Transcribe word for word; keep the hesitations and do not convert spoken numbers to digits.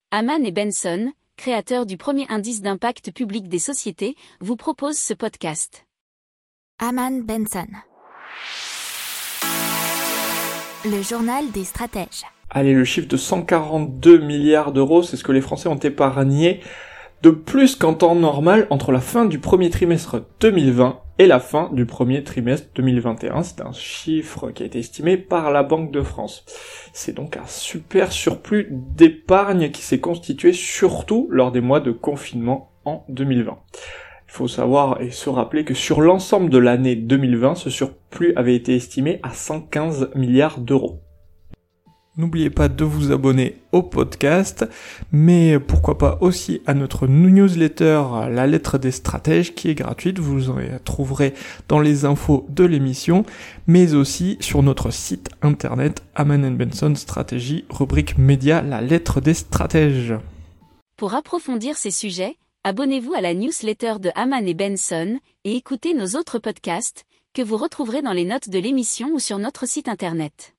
Hamann et Benson, créateurs du premier indice d'impact public des sociétés, vous proposent ce podcast. Hamann Benson. Le journal des stratèges. Allez, le chiffre de cent quarante-deux milliards d'euros, c'est ce que les Français ont épargné de plus qu'en temps normal entre la fin du premier trimestre deux mille vingt et la fin du premier trimestre deux mille vingt et un. C'est un chiffre qui a été estimé par la Banque de France. C'est donc un super surplus d'épargne qui s'est constitué surtout lors des mois de confinement en deux mille vingt. Il faut savoir et se rappeler que sur l'ensemble de l'année deux mille vingt, ce surplus avait été estimé à cent quinze milliards d'euros. N'oubliez pas de vous abonner au podcast, mais pourquoi pas aussi à notre newsletter La Lettre des Stratèges qui est gratuite, vous en trouverez dans les infos de l'émission, mais aussi sur notre site internet Hamann and Benson Stratégie, rubrique média La Lettre des Stratèges. Pour approfondir ces sujets, abonnez-vous à la newsletter de Hamann et Benson et écoutez nos autres podcasts que vous retrouverez dans les notes de l'émission ou sur notre site internet.